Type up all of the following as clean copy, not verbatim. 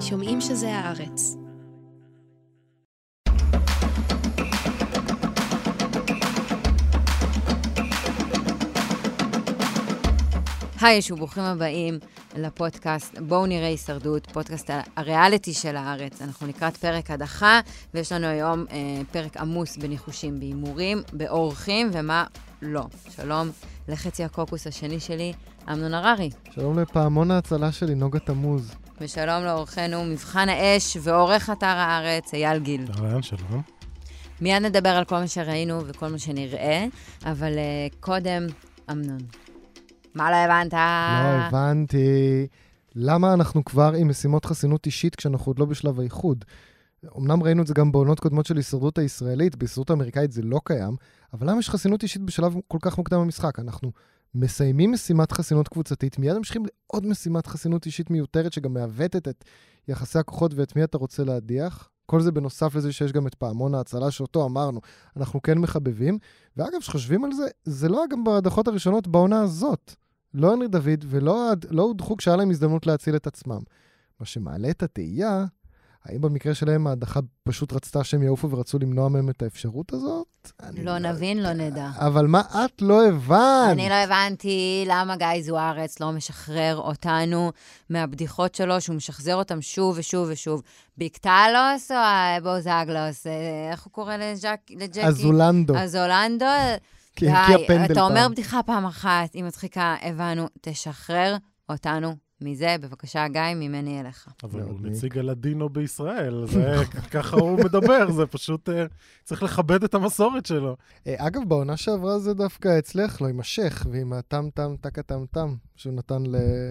שומעים שזה הארץ. היי, וברוכים הבאים לפודקאסט בואו נראה הישרדות, פודקאסט הריאליטי של הארץ. אנחנו לקראת פרק הדחה, ויש לנו היום פרק עמוס בניחושים, בהימורים, באורחים, ומה לא. שלום לחצי הקוקוס השני שלי, אמנון הררי. שלום לפעמון ההצלה שלי, נוגה תמוז. ושלום לאורחנו, מבחן האש ועורך אתר הארץ, אייל גיל. שלום. מיד נדבר על כל מה שראינו וכל מה שנראה, אבל קודם, אמנון. מה לא הבנת? לא הבנתי. למה אנחנו כבר עם משימות חסינות אישית כשאנחנו עוד לא בשלב האיחוד? אמנם ראינו את זה גם בעונות קודמות של הישרדות הישראלית, בהישרדות האמריקאית זה לא קיים, אבל למה יש חסינות אישית בשלב כל כך מוקדם במשחק? אנחנו מסיימים משימת חסינות קבוצתית, מיד ממשיכים לעוד משימת חסינות אישית מיותרת, שגם מעוותת את יחסי הכוחות ואת מי אתה רוצה להדיח. כל זה בנוסף לזה שיש גם את פעמון ההצלה שאותו אמרנו, אנחנו כן מחבבים. ואגב, שחושבים על זה, זה לא גם בהדחות הראשונות בעונה הזאת. לא הנרי דוד ולא הודחו כשהיה להם הזדמנות להציל את עצמם. מה שמעלה את התהייה, האם במקרה שלהם ההדחה פשוט רצתה שהם יעופו ורצו למנוע מהם את האפשרות הזאת? לא נבין, לא נדע. אבל מה את לא הבנת? אני לא הבנתי למה גיא זוארץ לא משחרר אותנו מהבדיחות שלו, שהוא משחזר אותם שוב ושוב ושוב. ביקטלוס או בוזגלוס? איך הוא קורא לג'קי? אזולנדו. אזולנדו. די, אתה אומר בדיחה פעם אחת, היא מצחיקה, הבנו, תשחרר אותנו מזה, בבקשה גיא, ממני אליך. אבל הוא נציג הלדינו בישראל, ככה הוא מדבר, זה פשוט צריך לכבד את המסורת שלו. אגב, בעונה שעברה זה דווקא הצליח לו עם השייך, ועם הטם-טם, טקה-טם-טם, שהוא נתן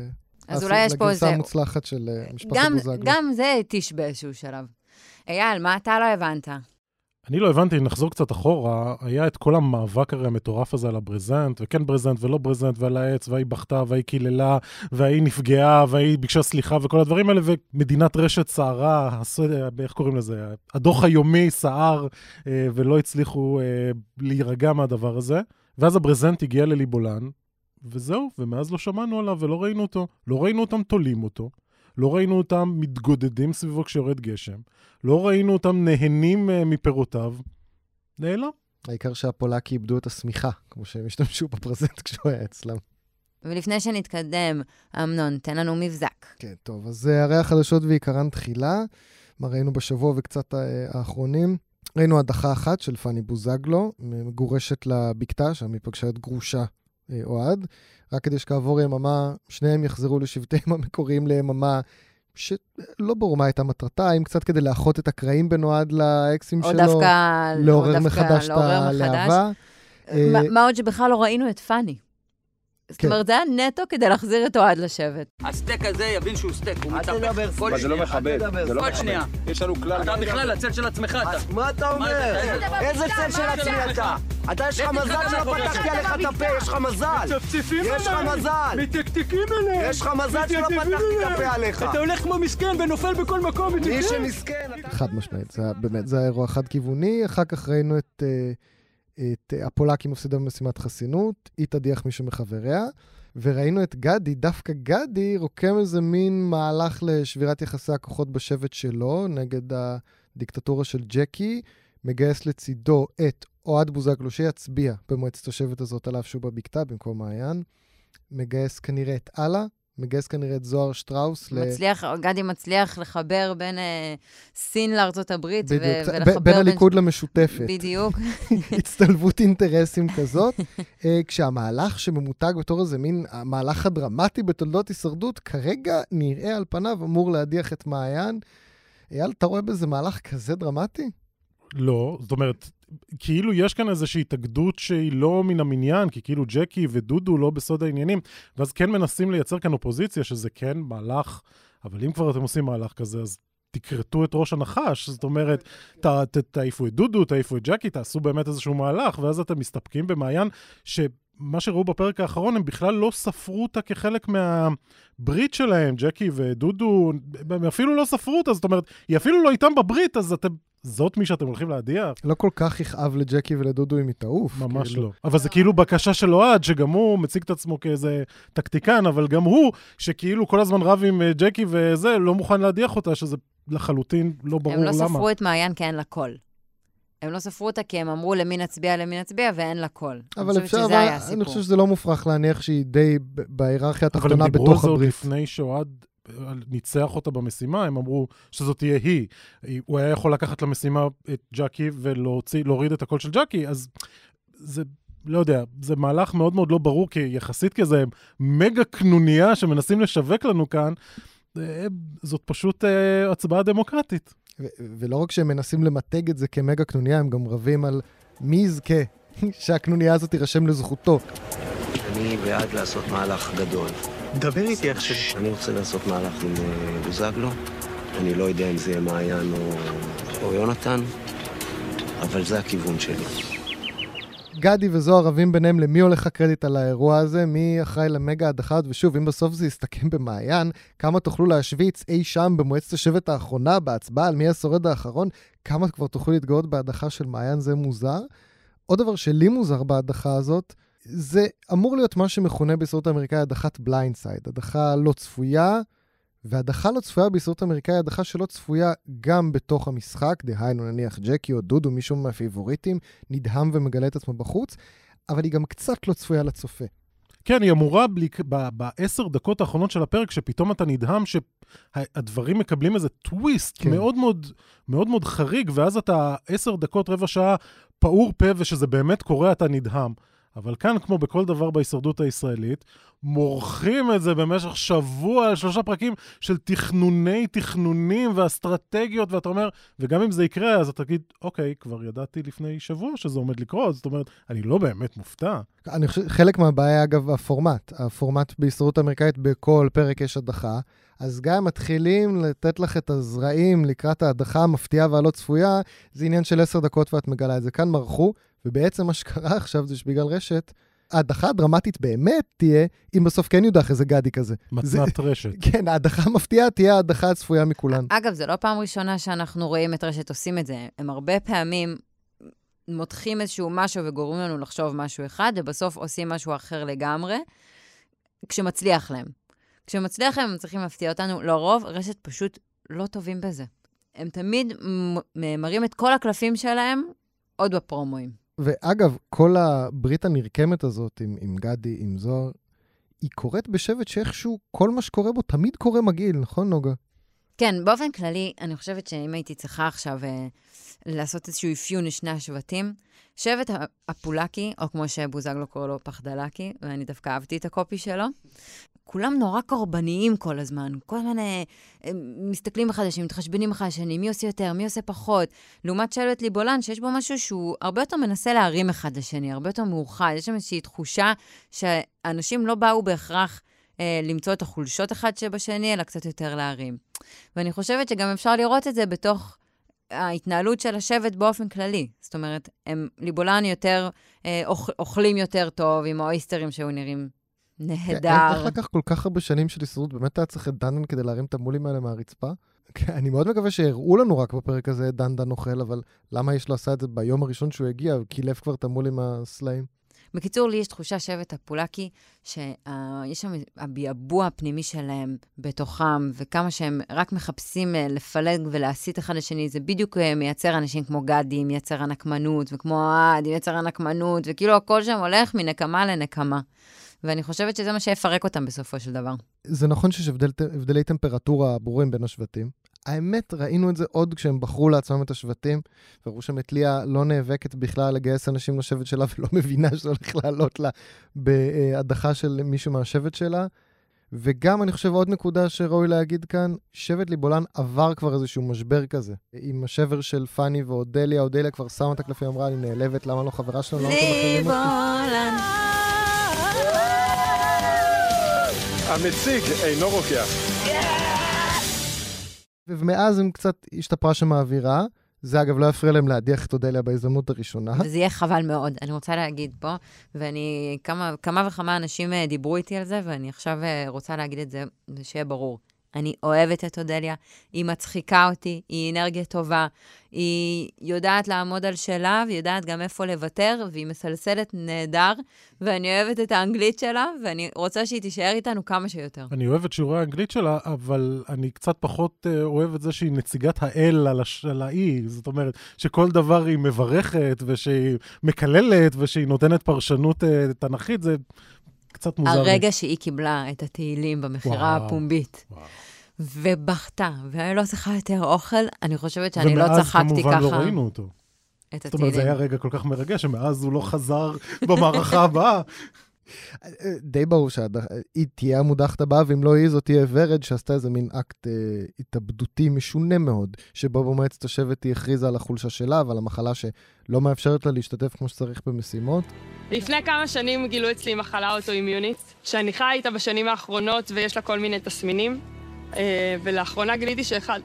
לגרסה המוצלחת של משפחת בוזגלו. גם זה התיש באיזשהו שלב. אייל, מה אתה לא הבנת? אני לא הבנתי, נחזור קצת אחורה, היה את כל המאבק הרי המטורף הזה על הברזנט, וכן ברזנט ולא ברזנט, ועל העץ, והיא בכתה, והיא קיללה, והיא נפגעה, והיא ביקשה סליחה, וכל הדברים האלה, ומדינת רשת סערה, איך קוראים לזה? הדוח היומי סער, ולא הצליחו להירגע מהדבר הזה, ואז הברזנט הגיע לליבולן, וזהו, ומאז לא שמענו עליו ולא ראינו אותו, לא ראינו אותם תולים אותו, לא ראינו אותם מתגודדים סביבו כשיורד גשם, לא ראינו אותם נהנים מפירותיו, נעלם. העיקר שהפולקי איבדו את הסמיכה, כמו שהם השתמשו בפרזנט כשהוא היה אצלם. ולפני שנתקדם, אמנון, תן לנו מבזק. כן, טוב, אז הרי החדשות ועיקרן תחילה, מה ראינו בשבוע וקצת האחרונים, ראינו הדחה אחת של פני בוזגלו, מגורשת לבקתה, שם היא פגשה את גרושה אוהד, רק כדי שכעבור יממה, שניהם יחזרו לשבטיהם המקוריים ליממה, שלא ברור מה הייתה מטרתה, אם קצת כדי לאחות את הקרעים בנועד לאקסים שלו, דווקא, לעורר מחדש את הלהבה. מה עוד שבכלל לא ראינו את פני? זאת אומרת, זה היה נטו כדי להחזיר את אוהד לשבת. הסטייק הזה יבין שהוא סטייק, הוא מתהפך כל אבל זה לא מכבד, כל שנייה. יש לנו כלל. אתה בכלל הצל של עצמך. מה אתה אומר? איזה צל של עצמי אתה? אתה יש לך מזל שלא פתחתי עליך את הפה, יש לך מזל. מצפצפים יש לך מזל. מתקתקים עליהם. יש לך מזל שלא פתחתי את הפה עליך. אתה הולך כמו מסכן ונופל בכל מקום. מי שמסכן. חד משמעית, באמת, זה האירוע חד כיווני, אחר כך ראינו את הפולקי מפסידה במשימת חסינות, היא תדיח מישהו מחבריה, וראינו את גדי, דווקא גדי רוקם איזה מין מהלך לשבירת יחסי הכוחות בשבט שלו, נגד הדיקטטורה של ג'קי, מגייס לצידו את אוהד בוזגלו, שיצביע במועצת השבט הזאת עליו שהוא בבקתה במקום מעיין, מגייס כנראה את אללה, מגייס כנראה את זוהר שטראוס. גדי מצליח לחבר בין סין לארצות הברית, ולחבר בין הליכוד למשותפת. בדיוק. הצטלבות אינטרסים כזאת, כשהמהלך שממותג בתור איזה מין המהלך הדרמטי בתולדות הישרדות, כרגע נראה על פניו אמור להדיח את מעיין. אייל, אתה רואה בזה מהלך כזה דרמטי? לא, זאת אומרת, כאילו יש כאן איזושהי התאגדות שהיא לא מן המניין, כי כאילו ג'קי ודודו לא בסוד העניינים, ואז כן מנסים לייצר כאן אופוזיציה, שזה כן מהלך, אבל אם כבר אתם עושים מהלך כזה, אז תקרטו את ראש הנחש, זאת אומרת, תעיפו את דודו, תעיפו את ג'קי, תעשו באמת איזשהו מהלך, ואז אתם מסתפקים במעיין, שמה שראו בפרק האחרון, הם בכלל לא ספרו אותה כחלק מהברית שלהם, ג'קי ודודו, הם אפילו לא ספרו אותה, זאת אומרת, היא אפילו לא איתם בברית, אז אתם זאת מי שאתם הולכים להדיח? לא כל כך יכאב לג'קי ולדודו אם היא תעוף. ממש כאילו. לא. אבל זה כאילו בקשה של אוהד, שגם הוא מציג את עצמו כאיזה טקטיקן, אבל גם הוא, שכאילו כל הזמן רב עם ג'קי וזה, לא מוכן להדיח אותה, שזה לחלוטין לא ברור למה. הם לא ספרו את מעיין כי אין לה קול. הם לא ספרו אותה כי הם אמרו למי נצביע, ואין לה קול. אבל אני חושב שזה לא מופרך להניח שהיא די בהיררכיה התחתונה בתוך הברית. אבל הם דיברו על זה עוד הברית. לפני שאוהד ניצח אותה במשימה, הם אמרו שזאת תהיה היא. הוא היה יכול לקחת למשימה את ג'קי ולהוריד את הקול של ג'קי, אז זה, לא יודע, זה מהלך מאוד מאוד לא ברור, כי יחסית כזה מגה קנוניה שמנסים לשווק לנו כאן, זאת פשוט הצבעה דמוקרטית. ולא רק שהם מנסים למתג את זה כמגה קנוניה, הם גם רבים על מי יזכה שהקנוניה הזאת תירשם לזכותו. אני בעד לעשות מהלך גדול. דבר איתי איך אני רוצה לעשות מהלך עם בוזגלו. אני לא יודע אם זה יהיה מעיין או יונתן, אבל זה הכיוון שלי. גדי וזוהר רבים ביניהם למי הולך הקרדיט על האירוע הזה, מי אחראי למגה הדחה, ושוב, אם בסוף זה יסתכם במעיין, כמה תוכלו להשוויץ אי שם במועצת השבט האחרונה, בהצבעה על מי השורד האחרון, כמה כבר תוכלו להתגאות בהדחה של מעיין, זה מוזר. עוד דבר שלי מוזר בהדחה הזאת, זה אמור להיות מה שמכונה בהיסטוריה האמריקאית הדחת בליינדסייד, הדחה לא צפויה, והדחה לא צפויה בהיסטוריה האמריקאית, הדחה שלא צפויה גם בתוך המשחק, דהיינו נניח ג'קי או דודו, מישהו מהפייבוריטים, נדהם ומגלה את עצמו בחוץ, אבל היא גם קצת לא צפויה לצופה. כן, היא אמורה ב10 דקות האחרונות של הפרק, שפתאום אתה נדהם שהדברים מקבלים איזה טוויסט כן. מאוד מאוד, מאוד מאוד חריג, ואז אתה 10 דקות, רבע שעה, פעור פה, ושזה באמת קורה, אתה נדהם. אבל כאן, כמו בכל דבר בהישרדות הישראלית, מורחים את זה במשך שבוע על 3 פרקים של תכנונים ואסטרטגיות, ואתה אומר, וגם אם זה יקרה, אז אתה תגיד, אוקיי, כבר ידעתי לפני שבוע שזה עומד לקרות, זאת אומרת, אני לא באמת מופתע. אני חושב, חלק מהבעיה, אגב, הפורמט בהישרדות האמריקאית, בכל פרק יש הדחה, אז גם מתחילים לתת לך את הזרעים לקראת ההדחה המפתיעה והלא צפויה, זה עניין של 10 דקות ואת מגלה את זה. כאן מרחו, ובעצם מה שקרה עכשיו זה שבגלל רשת, ההדחה הדרמטית באמת תהיה, אם בסוף כן יודח איזה גדי כזה. מתנת רשת. כן, ההדחה המפתיעה תהיה ההדחה הצפויה מכולן. אגב, זה לא פעם ראשונה שאנחנו רואים את רשת עושים את זה. הם הרבה פעמים מותחים איזשהו משהו וגורמים לנו לחשוב משהו אחד, ובסוף עושים משהו אחר לגמרי, כשמצליח להם. כשמצליח להם, הם צריכים להפתיע אותנו. לרוב, רשת פשוט לא טובים בזה. הם תמיד מראים את כל הקלפים שלהם עוד בפרומואים. ואגב, כל הברית הנרקמת הזאת עם גדי, עם זוהר, היא קורית בשבט שאיכשהו כל מה שקורה בו תמיד קורה מגעיל, נכון נוגה? כן, באופן כללי, אני חושבת שאם הייתי צריכה עכשיו לעשות איזשהו אפיון לשני השבטים, שבט הפולקי, או כמו שבוזגלו קורא לו פחדלקי, ואני דווקא אהבתי את הקופי שלו, כולם נורא קורבניים כל הזמן. כל הזמן מסתכלים אחד לשני, מתחשבנים אחד לשני, מי עושה יותר, מי עושה פחות. לעומת שבט ליבולן, שיש בו משהו שהוא הרבה יותר מנסה להרים אחד לשני, הרבה יותר מאוחד. יש שם איזושהי תחושה שאנשים לא באו בהכרח למצוא את החולשות אחד שבשני, אלא קצת יותר להרים. ואני חושבת שגם אפשר לראות את זה בתוך ההתנהלות של השבט באופן כללי. זאת אומרת, הם ליבולן יותר, אוכלים יותר טוב, עם האויסטרים שהיו נראים נהדר. איך לקח כל כך הרבה שנים של הישרדות? באמת היה צריך את דנדן כדי להרים את המולים האלה מהרצפה? אני מאוד מקווה שהראו לנו רק בפרק הזה דנדן אוכל, אבל למה יש לו עשה את זה ביום הראשון שהוא הגיע, קילף כבר את המול עם הסלעים? בקיצור, לי יש תחושה שבט הפולקי, שיש שם הביאבוע הפנימי שלהם בתוכם, וכמה שהם רק מחפשים לפלג ולהסיט אחד לשני, זה בדיוק מייצר אנשים כמו גדי, מייצר הנקמנות, וכמו אוהד, מייצר הנקמנות, וכאילו הכל שם הולך מנקמה לנקמה. ואני חושבת שזה מה שיפרק אותם בסופו של דבר. זה נכון שיש הבדלי טמפרטורה ברורים בין השבטים. האמת, ראינו את זה עוד כשהם בחרו לעצמם את השבטים, וראו שם את ליה לא נאבקת בכלל לגייס אנשים לשבט שלה, ולא מבינה שזה הולך לעלות לה בהדחה של מישהו מהשבט שלה. וגם אני חושב עוד נקודה שראוי להגיד כאן, שבט ליבולן עבר כבר איזשהו משבר כזה. עם השבר של פני ואודליה, אודליה כבר שמה את הקלפים, אמרה, אני נעלבת, למה לא חברה שלנו? ליבולן. המציג אינו רוקח. ומאז הם קצת השתפרה שם האווירה. זה אגב לא יפריע להם להדיח את אודליה בהזדמנות הראשונה. וזה יהיה חבל מאוד. אני רוצה להגיד פה, ואני, כמה וכמה אנשים דיברו איתי על זה, ואני עכשיו רוצה להגיד את זה, שיהיה ברור. אני אוהבת את אודליה, היא מצחיקה אותי, היא אנרגיה טובה, היא יודעת לעמוד על שלה, והיא יודעת גם איפה לוותר, והיא מסלסלת נהדר, ואני אוהבת את האנגלית שלה, ואני רוצה שהיא תישאר איתנו כמה שיותר. אני אוהב את שיעורי האנגלית שלה, אבל אני קצת פחות אוהב את זה שהיא נציגת האל על האי. זאת אומרת, שכל דבר היא מברכת, ושהיא מקללת, ושהיא נותנת פרשנות תנכית, זה קצת מוזר. הרגע שהיא קיבלה את התהילים במחירה הפומבית, ובכתה, ואני לא צריכה יותר אוכל, אני חושבת שאני לא צחקתי ככה. ומאז כמובן לא ראינו אותו. זאת אומרת, זה היה רגע כל כך מרגש, שמאז הוא לא חזר במערכה הבאה. די ברור שהיא תהיה המודחת הבאה, ואם לא היא, זאת תהיה ורד, שעשתה איזה מין אקט התאבדותי משונה מאוד, שבו במועצת השבט היא הכריזה על החולשה שלה, ועל המחלה שלא מאפשרת לה להשתתף כמו שצריך במשימות. לפני כמה שנים גילו אצלי מחלה אוטואימיונית, שאני חיה איתה בשנים האחרונות, ויש לה כל מיני תסמינים, ולאחרונה גיליתי שאחד...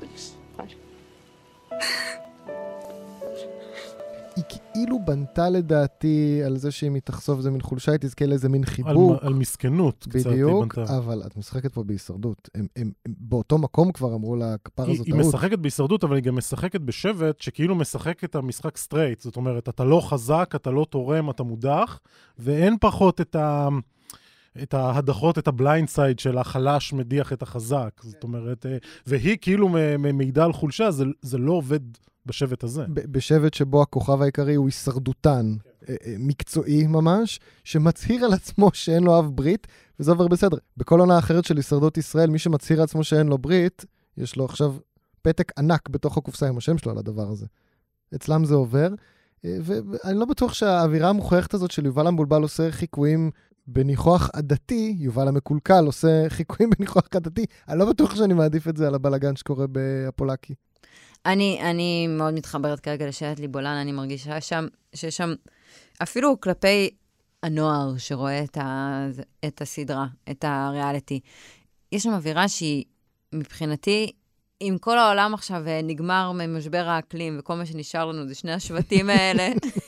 היא כאילו בנתה לדעתי על זה שאם היא תחשוף זה מין חולשה, היא תזכה לאיזה מין חיבוק. על מסכנות קצת היא בדיוק, בנתה. אבל את משחקת פה בהישרדות. הם באותו מקום כבר אמרו לה, כפר הזאת היא משחקת בהישרדות, אבל היא גם משחקת בשבט, שכאילו משחק את המשחק סטרייט. זאת אומרת, אתה לא חזק, אתה לא תורם, אתה מודח, ואין פחות את ההדחות, את הבליינד סייד של החלש מדיח את החזק. זאת אומרת, והיא כאילו מעידה על חולשה, זה לא עובד בשבט הזה. בשבט שבו הכוכב העיקרי הוא הישרדותן, מקצועי ממש, שמצהיר על עצמו שאין לו אב ברית, וזה עובר בסדר. בכל עונה אחרת של הישרדות ישראל, מי שמצהיר על עצמו שאין לו ברית, יש לו עכשיו פתק ענק בתוך הקופסה עם השם שלו על הדבר הזה. אצלם זה עובר, ואני לא בטוח שהאווירה המוכרחת הזאת של יובל המבולבל עושה חיקויים בניחוח עדתי, יובל המקולקל עושה חיקויים בניחוח עדתי, אני לא בטוח שאני מעדיף את זה על הבלגן שקורה באפולקי. אני מאוד מתחברת כרגע לשאלת ליבולן, אני מרגישה שיש שם, אפילו כלפי הנוער שרואה את הסדרה, את הריאליטי, יש שם אווירה שהיא מבחינתי, אם כל העולם עכשיו נגמר ממשבר האקלים, וכל מה שנשאר לנו זה שני השבטים האלה,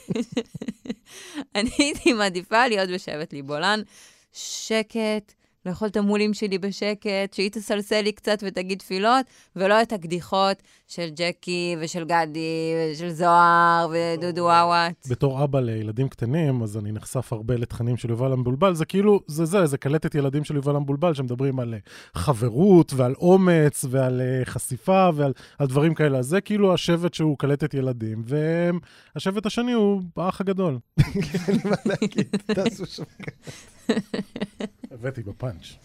אני הייתי מעדיפה להיות בשבט ליבולן, שקט, לאכול את המולים שלי בשקט, שהיא תסלסל לי קצת ותגיד תפילות, ולא את הקדיחות של ג'קי ושל גדי ושל זוהר ודודו וואוואט. בתור אבא לילדים קטנים, אז אני נחשף הרבה לתכנים של יובל המבולבל, זה כאילו, זה קלטת ילדים של יובל המבולבל, שמדברים על חברות ועל אומץ ועל חשיפה ועל דברים כאלה. אז זה כאילו השבט שהוא קלטת ילדים, והשבט השני הוא האח הגדול. אני מה להגיד, תעשו שם ככה. הבאתי בפאנץ'.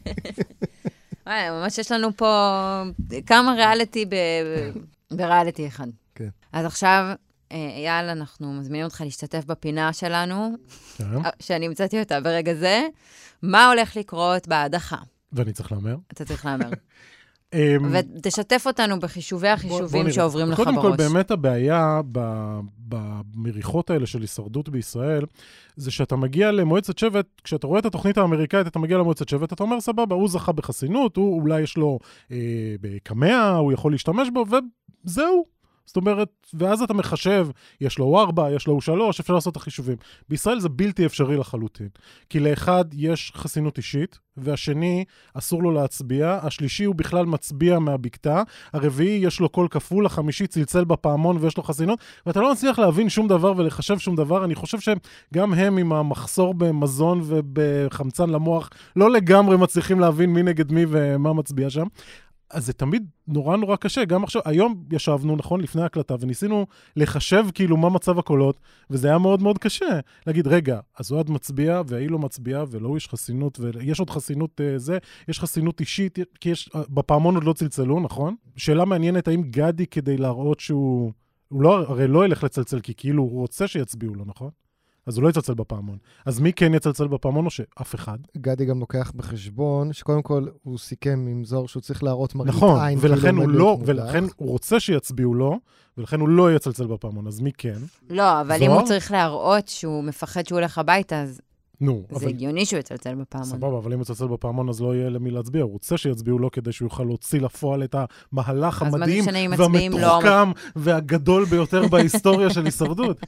ממש יש לנו פה כמה ריאליטי בריאליטי אחד. כן. אז עכשיו, אייל, אנחנו מזמינים אותך להשתתף בפינה שלנו, שאני המצאתי אותה ברגע זה. מה הולך לקרות בהדחה? ואני צריך לאמר? אתה צריך לאמר. ותשתף אותנו בחישובי החישובים שעוברים לך בראש. קודם כל, באמת הבעיה במריחות האלה של הישרדות בישראל, זה שאתה מגיע למועצת שבט, כשאתה רואה את התוכנית האמריקאית, אתה מגיע למועצת שבט, אתה אומר, סבבה, הוא זכה בחסינות, הוא אולי יש לו בקמע, הוא יכול להשתמש בו, וזהו. זאת אומרת, ואז אתה מחשב, יש לו 4, יש לו 3, אפשר לעשות את החישובים. בישראל זה בלתי אפשרי לחלוטין. כי לאחד יש חסינות אישית, והשני אסור לו להצביע, השלישי הוא בכלל מצביע מהבקתה, הרביעי יש לו קול כפול, החמישי צלצל בפעמון ויש לו חסינות, ואתה לא מצליח להבין שום דבר ולחשב שום דבר. אני חושב שגם הם עם המחסור במזון ובחמצן למוח, לא לגמרי מצליחים להבין מי נגד מי ומה מצביע שם. אז זה תמיד נורא נורא קשה. גם עכשיו, היום ישבנו, נכון, לפני ההקלטה, וניסינו לחשב כאילו מה מצב הקולות, וזה היה מאוד מאוד קשה. להגיד, רגע, אז הוא עד מצביע, והיא לא מצביע, ולא יש חסינות, ויש עוד חסינות יש חסינות אישית, כי בפעמון עוד לא צלצלו, נכון? שאלה מעניינת, האם גדי כדי להראות שהוא, הרי לא ילך לצלצל, כי כאילו הוא רוצה שיצביעו לו, נכון? אז הוא לא יצלצל בפעמון. אז מי כן יצלצל בפעמון או שאף אחד? גדי גם לוקח בחשבון, שקודם כל הוא סיכם עם זוהר שהוא צריך להראות מראית נכון, עין. ולכן הוא לא, ולכן הוא רוצה שיצביעו לו, ולכן הוא לא יצלצל בפעמון, אז מי כן? לא, אבל אם הוא צריך להראות שהוא מפחד שהוא הולך הביתה, אז נו, זה הגיוני שהוא יצלצל בפעמון. סבבה, אבל אם הוא יצלצל בפעמון, אז לא יהיה למי להצביע. הוא רוצה שיצביעו לו כדי שהוא יוכל להוציא לפועל את המהלך המדהים והמתוחכם והגדול ביותר בהיסטוריה של הישרדות.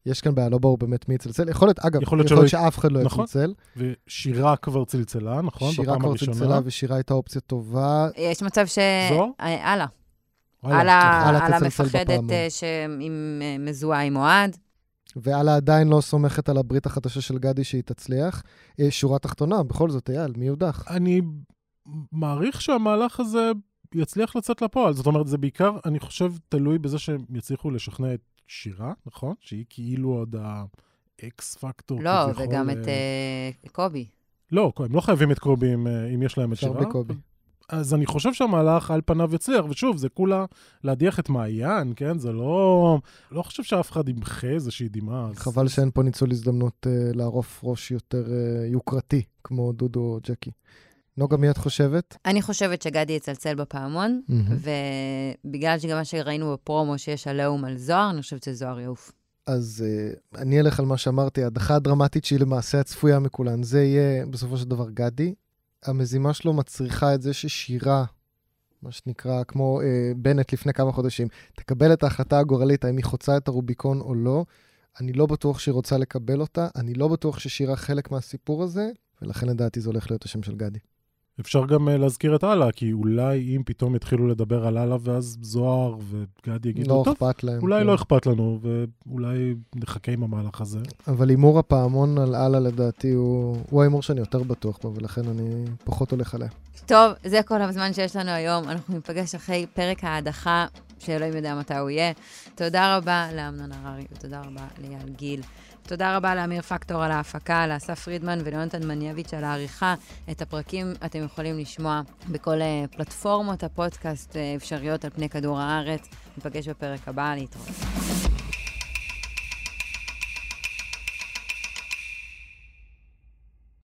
יש כאן בעיה, לא ברור באמת מי יצלצל. יכול להיות, אגב, יכול להיות שאף אחד לא יצלצל. ושירה כבר צלצלה, נכון? שירה כבר צלצלה, ושירה הייתה אופציה טובה. יש מצב זו? הלאה. הלאה הלאה תצלצל מפחדת בפעמון. עם מזוהה עם אוהד. והלאה עדיין לא סומכת על הברית החדשה של גדי שהיא תצליח. שורה תחתונה, בכל זאת, אייל, מי יודח? אני מעריך שהמהלך הזה יצליח לצאת לפועל. זאת אומרת, זה בעיקר, אני חושב, תלוי בזה שהם יצליחו לשכנע את שירה, נכון? שהיא כאילו עוד האקס פקטור. לא, וגם את קובי. לא, הם לא חייבים את קובי אם יש להם את שירה. אפשר בקובי. אז אני חושב שהמהלך על פניו יצליח, ושוב, זה כולה להדיח את מעיין, כן? זה לא חושב שאף אחד ימחה איזושהי דמעה. חבל שאין פה ניצול הזדמנות לערוף ראש יותר יוקרתי, כמו דודו או ג'קי. נוגה, מי את חושבת? אני חושבת שגדי יצלצל בפעמון, ובגלל שגם מה שראינו בפרומו שיש עליהום על זוהר, אני חושבת שזוהר יעוף. אז אני אלך על מה שאמרתי, ההדחה הדרמטית שהיא למעשה הצפויה מכולן, זה יהיה בסופו של דבר גדי. המזימה שלו מצריכה את זה ששירה, מה שנקרא, כמו בנט לפני כמה חודשים, תקבל את ההחלטה הגורלית, האם היא חוצה את הרוביקון או לא. אני לא בטוח שהיא רוצה לקבל אותה, אני לא בטוח ששירה חלק מהסיפור הזה, ולכן לדעתי זה הולך להיות השם של גדי. אפשר גם להזכיר את הלאה, כי אולי אם פתאום יתחילו לדבר על הלאה, ואז זוהר וגדי יגידו, לא אכפת להם. אולי לא אכפת לנו, ואולי נחכה עם המהלך הזה. אבל הימור הפעמון על הלאה לדעתי הוא ההימור שאני יותר בטוח בו, ולכן אני פחות הולך עליה. טוב, זה כל הזמן שיש לנו היום. אנחנו ניפגש אחרי פרק ההדחה, שאלוהים יודע מתי הוא יהיה. תודה רבה לאמנון הררי, ותודה רבה ליאל גיל. תודה רבה לאמיר פקטור על ההפקה, לאסף פרידמן וליונתן מניאביץ' על העריכה. את הפרקים אתם יכולים לשמוע בכל פלטפורמות הפודקאסט אפשריות על פני כדור הארץ. ניפגש בפרק הבא, להתראות.